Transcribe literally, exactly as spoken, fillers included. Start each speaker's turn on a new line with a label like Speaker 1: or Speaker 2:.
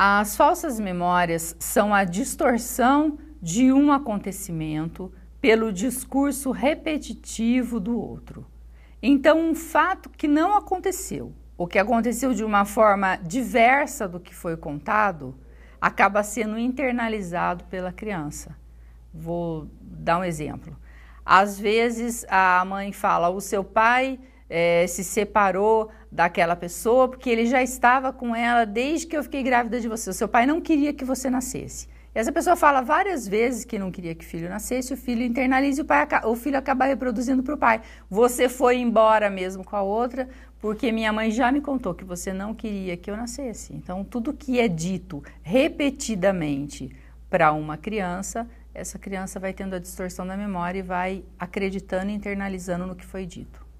Speaker 1: As falsas memórias são a distorção de um acontecimento pelo discurso repetitivo do outro. Então, um fato que não aconteceu, ou que aconteceu de uma forma diversa do que foi contado, acaba sendo internalizado pela criança. Vou dar um exemplo. Às vezes a mãe fala, o seu pai é, se separou daquela pessoa porque ele já estava com ela desde que eu fiquei grávida de você. O seu pai não queria que você nascesse. E essa pessoa fala várias vezes que não queria que o filho nascesse, o filho internaliza e o, pai, o filho acaba reproduzindo para o pai. Você foi embora mesmo com a outra porque minha mãe já me contou que você não queria que eu nascesse. Então, tudo que é dito repetidamente para uma criança, essa criança vai tendo a distorção da memória e vai acreditando e internalizando no que foi dito.